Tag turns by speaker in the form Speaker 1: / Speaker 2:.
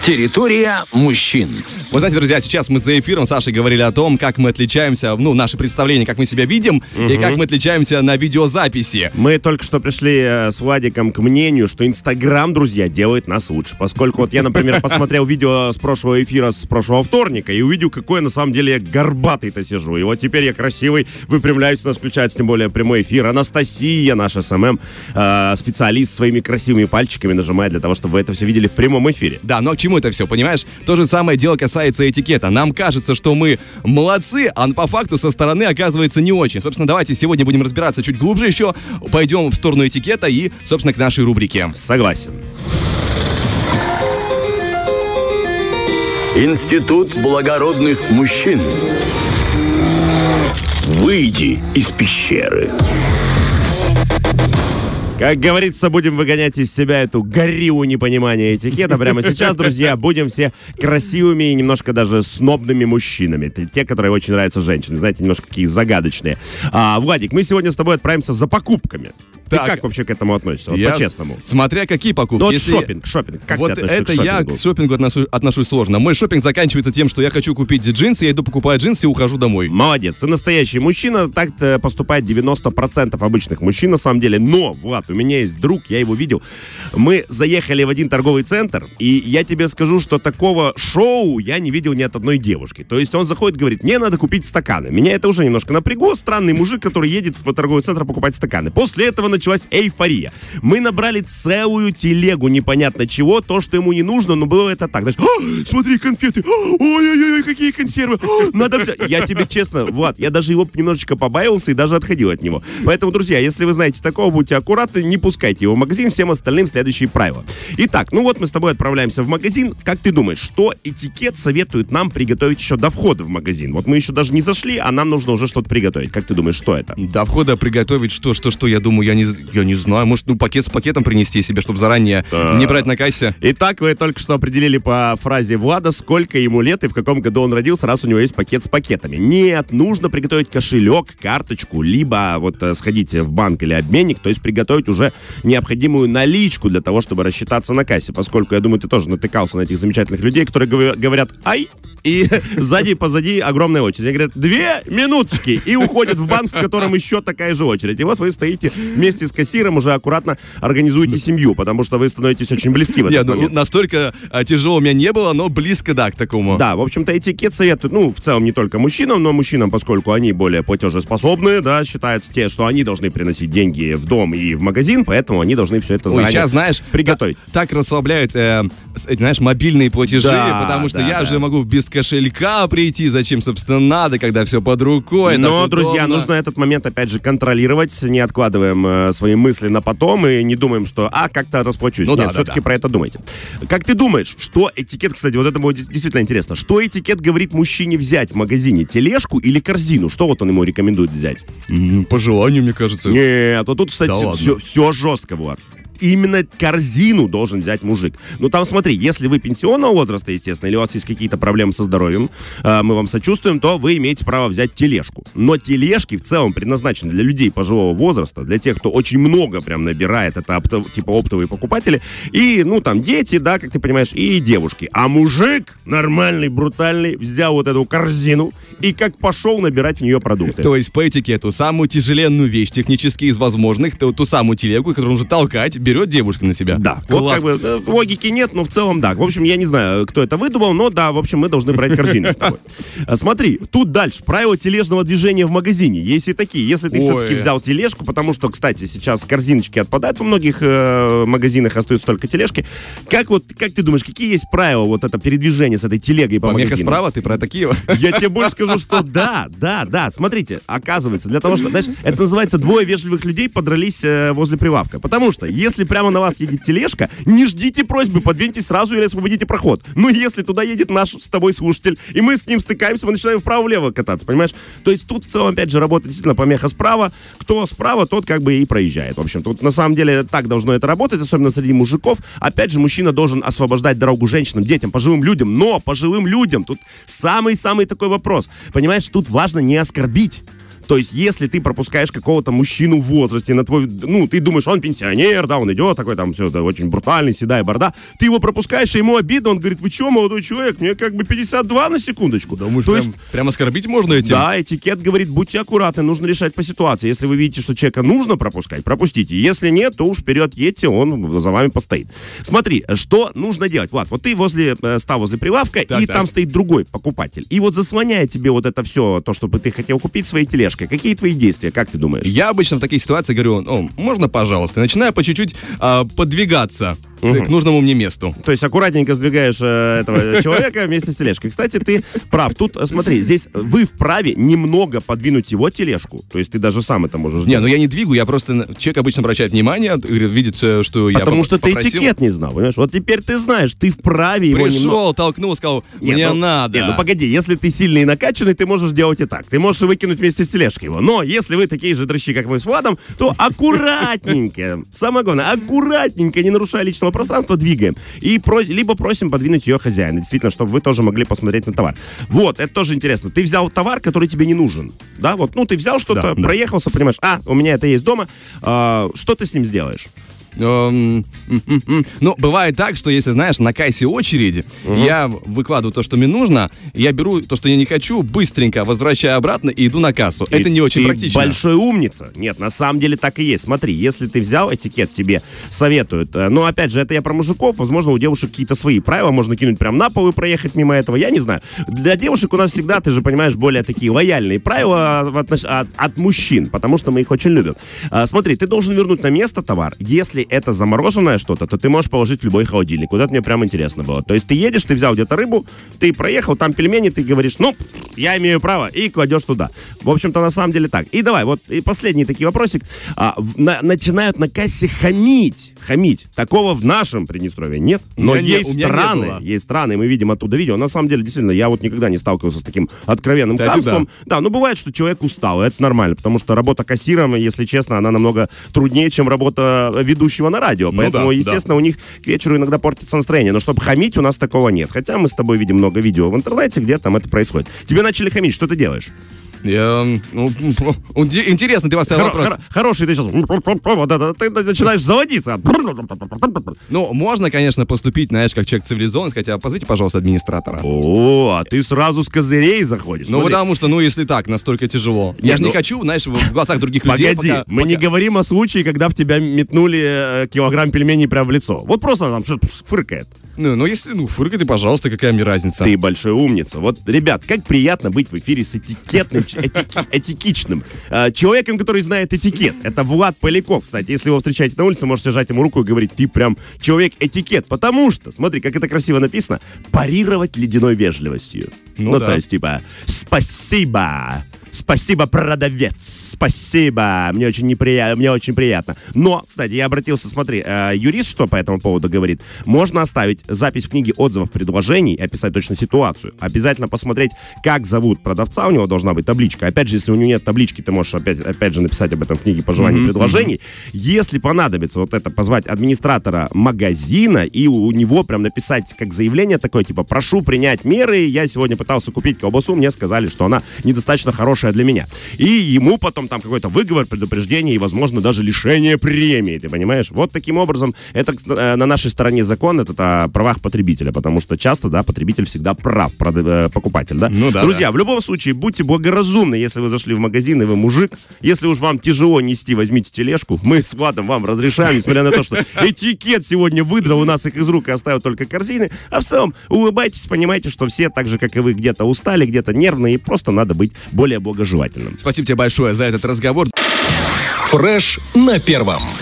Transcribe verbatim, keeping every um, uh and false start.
Speaker 1: Территория мужчин.
Speaker 2: Вы знаете, друзья, сейчас мы за эфиром с Сашей говорили о том, как мы отличаемся, ну, наше представление, как мы себя видим, угу. и как мы отличаемся на видеозаписи.
Speaker 3: Мы только что пришли э, с Владиком к мнению, что Инстаграм, друзья, делает нас лучше. Поскольку вот я, например, посмотрел видео с прошлого эфира, с прошлого вторника, и увидел, какой на самом деле я горбатый-то сижу. И вот теперь я красивый, выпрямляюсь, у нас включается тем более прямой эфир. Анастасия, наш эс эм эм, э, специалист, своими красивыми пальчиками нажимает для того, чтобы вы это все видели в прямом эфире.
Speaker 2: Да, но к чему это все, понимаешь? То же самое дело касается этикета. Нам кажется, что мы молодцы, а по факту со стороны оказывается не очень. Собственно, давайте сегодня будем разбираться чуть глубже еще, пойдем в сторону этикета и, собственно, к нашей рубрике.
Speaker 3: Согласен.
Speaker 1: Институт благородных мужчин. Выйди из пещеры.
Speaker 3: Как говорится, будем выгонять из себя эту гориллу непонимания этикета. Прямо сейчас, друзья, будем все красивыми и немножко даже снобными мужчинами. Это те, которые очень нравятся женщинам. Знаете, немножко такие загадочные. А, Владик, мы сегодня с тобой отправимся за покупками. Ты так, как вообще к этому относишься? Вот
Speaker 2: я,
Speaker 3: по-честному.
Speaker 2: Смотря какие покупки.
Speaker 3: Ну, вот
Speaker 2: Если...
Speaker 3: шопинг, шопинг. Как
Speaker 2: вот
Speaker 3: ты относишься
Speaker 2: это
Speaker 3: к шопингу?
Speaker 2: Я к шопингу отношу, отношусь сложно. Мой шопинг заканчивается тем, что я хочу купить джинсы, я иду покупаю джинсы и ухожу домой.
Speaker 3: Молодец, ты настоящий мужчина. Так поступает девяносто процентов обычных мужчин на самом деле. Но, Влад, у меня есть друг, я его видел. Мы заехали в один торговый центр, и я тебе скажу, что такого шоу я не видел ни от одной девушки. То есть он заходит и говорит, мне надо купить стаканы. Меня это уже немножко напрягло. Странный мужик, который едет в торговый центр покупать стаканы. После этого началась эйфория. Мы набрали целую телегу непонятно чего, то, что ему не нужно, но было это так. Знаешь, а, смотри, конфеты, ой-ой-ой, какие консервы, а, надо взять. Я тебе честно, Влад, я даже его немножечко побаивался и даже отходил от него. Поэтому, друзья, если вы знаете такого, будьте аккуратны, не пускайте его в магазин, всем остальным следующие правила. Итак, ну вот мы с тобой отправляемся в магазин. Как ты думаешь, что этикет советует нам приготовить еще до входа в магазин? Вот мы еще даже не зашли, а нам нужно уже что-то приготовить. Как ты думаешь, что это?
Speaker 2: До входа приготовить что, что, что, я думаю, я не, я не знаю. Может, ну, пакет с пакетом принести себе, чтобы заранее да. не брать на кассе.
Speaker 3: Итак, вы только что определили по фразе Влада, сколько ему лет и в каком году он родился, раз у него есть пакет с пакетами. Нет, нужно приготовить кошелек, карточку, либо вот сходить в банк или обменник, то есть приготовить уже необходимую наличку для того, чтобы рассчитаться на кассе, поскольку, я думаю, ты тоже натыкался на этих замечательных людей, которые говорят «ай», и сзади, позади огромная очередь. Они говорят, две минуточки, и уходят в банк, в котором еще такая же очередь. И вот вы стоите вместе с кассиром, уже аккуратно организуете семью, потому что вы становитесь очень близки в этот
Speaker 2: Нет,
Speaker 3: момент.
Speaker 2: Ну, настолько а, тяжело у меня не было, но близко, да, к такому.
Speaker 3: Да, в общем-то, этикет советует, ну, в целом, не только мужчинам, но мужчинам, поскольку они более платежеспособные, да, считается те, что они должны приносить деньги в дом и в магазин, поэтому они должны все это заранее Ой,
Speaker 2: сейчас, знаешь,
Speaker 3: приготовить.
Speaker 2: Так, так расслабляют, э, знаешь, мобильные платежи, да, потому что да, я да. же могу без кошелька прийти, зачем, собственно, надо, когда все под рукой.
Speaker 3: Но, друзья, нужно этот момент, опять же, контролировать, не откладываем э, свои мысли на потом и не думаем, что, а, как-то расплачусь. Ну, Нет, да, все-таки да, да. про это думайте. Как ты думаешь, что этикет, кстати, вот это будет действительно интересно, что этикет говорит мужчине взять в магазине, тележку или корзину? Что вот он ему рекомендует взять?
Speaker 2: По желанию, мне кажется.
Speaker 3: Нет, вот тут, кстати, да все, все жестко, Влад. Именно корзину должен взять мужик. Ну, там, смотри, если вы пенсионного возраста, естественно, или у вас есть какие-то проблемы со здоровьем, э, мы вам сочувствуем, то вы имеете право взять тележку. Но тележки в целом предназначены для людей пожилого возраста, для тех, кто очень много прям набирает, это оптов, типа оптовые покупатели, и, ну, там, дети, да, как ты понимаешь, и девушки. А мужик нормальный, брутальный, взял вот эту корзину и как пошел набирать в нее продукты.
Speaker 2: То есть, по этикету, самую тяжеленную вещь, технически из возможных, ту, ту самую телегу, которую нужно толкать, берет девушка на себя.
Speaker 3: Да. Класс. Вот как бы э, логики нет, но в целом да. В общем, я не знаю, кто это выдумал, но да, в общем, мы должны брать корзину с тобой. Смотри, тут дальше. Правила тележного движения в магазине. Есть и такие. Если ты Ой. все-таки взял тележку, потому что, кстати, сейчас корзиночки отпадают во многих э, магазинах, остаются только тележки. Как вот, как ты думаешь, какие есть правила вот это передвижение с этой телегой по
Speaker 2: Помеха
Speaker 3: магазину?
Speaker 2: справа, ты про такие?
Speaker 3: Я тебе больше скажу, что да, да, да. Смотрите, оказывается, для того, что, знаешь, это называется двое вежливых людей подрались э, возле прилавка. Потому что, если прямо на вас едет тележка, не ждите просьбы, подвиньтесь сразу или освободите проход. Ну, если туда едет наш с тобой слушатель, и мы с ним стыкаемся, мы начинаем вправо-влево кататься, понимаешь? То есть тут в целом, опять же, работает действительно помеха справа. Кто справа, тот как бы и проезжает. В общем, тут на самом деле так должно это работать, особенно среди мужиков. Опять же, мужчина должен освобождать дорогу женщинам, детям, пожилым людям. Но пожилым людям тут самый-самый такой вопрос. Понимаешь, тут важно не оскорбить. То есть, если ты пропускаешь какого-то мужчину в возрасте, на твой, ну, ты думаешь, он пенсионер, да, он идет, такой там все, это очень брутальный, седая борода, ты его пропускаешь, и ему обидно, он говорит, вы что, молодой человек, мне как бы пятьдесят два на секундочку.
Speaker 2: Думаешь,
Speaker 3: То
Speaker 2: прям,
Speaker 3: есть,
Speaker 2: прям оскорбить можно этим?
Speaker 3: да, этикет говорит, будьте аккуратны, нужно решать по ситуации. Если вы видите, что человека нужно пропускать, пропустите. Если нет, то уж вперед едьте, он за вами постоит. Смотри, что нужно делать? Влад, вот ты возле, э, стал возле прилавка,
Speaker 2: так,
Speaker 3: и
Speaker 2: так.
Speaker 3: там стоит другой покупатель. И вот заслоняет тебе вот это все, то, что бы ты хотел купить своей тележкой. Какие твои действия, как ты думаешь?
Speaker 2: Я обычно в таких ситуациях говорю, о, можно, пожалуйста? И начинаю по чуть-чуть а, подвигаться
Speaker 3: Угу.
Speaker 2: к нужному мне месту.
Speaker 3: То есть аккуратненько сдвигаешь э, этого человека вместе с тележкой. Кстати, ты прав. Тут, э, смотри, здесь вы вправе немного подвинуть его тележку. То есть ты даже сам это можешь
Speaker 2: Не,
Speaker 3: сделать.
Speaker 2: ну я не двигаю, я просто... Человек обычно обращает внимание, говорит, видит, э, что я
Speaker 3: Потому
Speaker 2: поп-
Speaker 3: что ты
Speaker 2: попросил.
Speaker 3: этикет не знал, понимаешь? Вот теперь ты знаешь, ты вправе его
Speaker 2: Пришел,
Speaker 3: немного...
Speaker 2: толкнул, сказал,
Speaker 3: Нет,
Speaker 2: мне
Speaker 3: ну,
Speaker 2: надо.
Speaker 3: нет, ну погоди, если ты сильный и накачанный, ты можешь делать и так. Ты можешь и выкинуть вместе с тележкой его. Но если вы такие же дрыщи, как мы с Владом, то аккуратненько, самое главное, аккуратненько, не нарушая личного пространства, двигаем. И прос... либо просим подвинуть ее хозяина, действительно, чтобы вы тоже могли посмотреть на товар. Вот, это тоже интересно. Ты взял товар, который тебе не нужен. Да, вот, ну ты взял что-то,
Speaker 2: Да, да.
Speaker 3: проехался, понимаешь, а, у меня это есть дома, а, что ты с ним сделаешь?
Speaker 2: Эм, м, м, м. Ну, бывает так, что если, знаешь, на кассе очередь, я выкладываю то, что мне нужно, я беру то, что я не хочу, быстренько возвращаю обратно и иду на кассу. Это
Speaker 3: И
Speaker 2: не очень
Speaker 3: ты
Speaker 2: практично.
Speaker 3: большой умница. Нет, на самом деле так и есть. Смотри, если ты взял этикет, тебе советуют. э, Но, опять же, это я про мужиков. Возможно, у девушек какие-то свои правила. Можно кинуть прям на пол и проехать мимо этого. Я не знаю. Для девушек у нас всегда, ты же понимаешь, более такие лояльные правила в отнош- от, от мужчин, потому что мы их очень любим. А, смотри, ты должен вернуть на место товар. Если это замороженное что-то, то ты можешь положить в любой холодильник. Вот это мне прям интересно было. То есть ты едешь, ты взял где-то рыбу, ты проехал, там пельмени, ты говоришь, ну, я имею право, и кладешь туда. В общем-то, на самом деле так. И давай, вот и последний такой вопросик. А, в- на- начинают на кассе хамить. Хамить. Такого в нашем Приднестровье нет. Но
Speaker 2: У меня не-
Speaker 3: есть
Speaker 2: у меня не
Speaker 3: страны,
Speaker 2: было.
Speaker 3: есть страны, мы видим оттуда видео. На самом деле, действительно, я вот никогда не сталкивался с таким откровенным
Speaker 2: Кстати,
Speaker 3: хамством. Да, ну бывает, что человек устал, и это нормально, потому что работа кассиром, если честно, она намного труднее, чем работа ведущего на радио.
Speaker 2: Ну
Speaker 3: Поэтому,
Speaker 2: да,
Speaker 3: естественно, у них к вечеру иногда портится настроение. Но чтобы хамить, у нас такого нет. Хотя мы с тобой видим много видео в интернете, где там это происходит. Тебе начали хамить, что ты делаешь?
Speaker 2: Я, ну, инте- интересно, ты поставил
Speaker 3: Хоро-
Speaker 2: вопрос.
Speaker 3: хоро- Хороший ты сейчас... Вот это, ты начинаешь заводиться.
Speaker 2: Ну, можно, конечно, поступить, знаешь, как человек цивилизованный, сказать, а позовите, пожалуйста, администратора.
Speaker 3: О, а ты сразу с козырей заходишь.
Speaker 2: Ну,
Speaker 3: Смотри.
Speaker 2: потому что, ну, если так, настолько тяжело.
Speaker 3: Не,
Speaker 2: Я же
Speaker 3: ну-
Speaker 2: не хочу, знаешь, в глазах других людей.
Speaker 3: Погоди,
Speaker 2: пока-
Speaker 3: мы не
Speaker 2: пока-
Speaker 3: говорим о случае, когда в тебя метнули э, килограмм пельменей прямо в лицо. Вот просто там что-то фыркает.
Speaker 2: Ну, ну, если, ну, фыркай ты, пожалуйста, какая мне разница.
Speaker 3: Ты большой умница. Вот, ребят, как приятно быть в эфире с этикетным, ч- этики- этикичным э, человеком, который знает этикет. Это Влад Поляков. Кстати, если его встречаете на улице, можете жать ему руку и говорить, ты прям человек-этикет. Потому что, смотри, как это красиво написано, парировать ледяной вежливостью.
Speaker 2: Ну
Speaker 3: Ну,
Speaker 2: да.
Speaker 3: то есть, типа, спасибо. Спасибо, продавец. Спасибо. Мне очень неприятно, мне очень приятно. Но, кстати, я обратился, смотри, э, юрист что по этому поводу говорит? Можно оставить запись в книге отзывов предложений и описать точно ситуацию. Обязательно посмотреть, как зовут продавца. У него должна быть табличка. Опять же, если у него нет таблички, ты можешь опять, опять же написать об этом в книге пожеланий и предложений. Если понадобится вот это, позвать администратора магазина и у, у него прям написать как заявление такое, типа, прошу принять меры. Я сегодня пытался купить колбасу, мне сказали, что она недостаточно хорошая для меня. И ему потом там какой-то выговор, предупреждение и, возможно, даже лишение премии, ты понимаешь? Вот таким образом, это э, на нашей стороне закон, это о правах потребителя, потому что часто, да, потребитель всегда прав, прод- э, покупатель, да?
Speaker 2: Ну да,
Speaker 3: Друзья, в любом случае, будьте благоразумны, если вы зашли в магазин и вы мужик. Если уж вам тяжело нести, возьмите тележку. Мы с Владом вам разрешаем, несмотря на то, что этикет сегодня выдрал у нас их из рук и оставил только корзины. А в целом, улыбайтесь, понимайте, что все, так же, как и вы, где-то устали, где-то нервные, и просто надо быть более благожелательным.
Speaker 2: Спасибо тебе большое за этот разговор.
Speaker 4: Фреш на первом.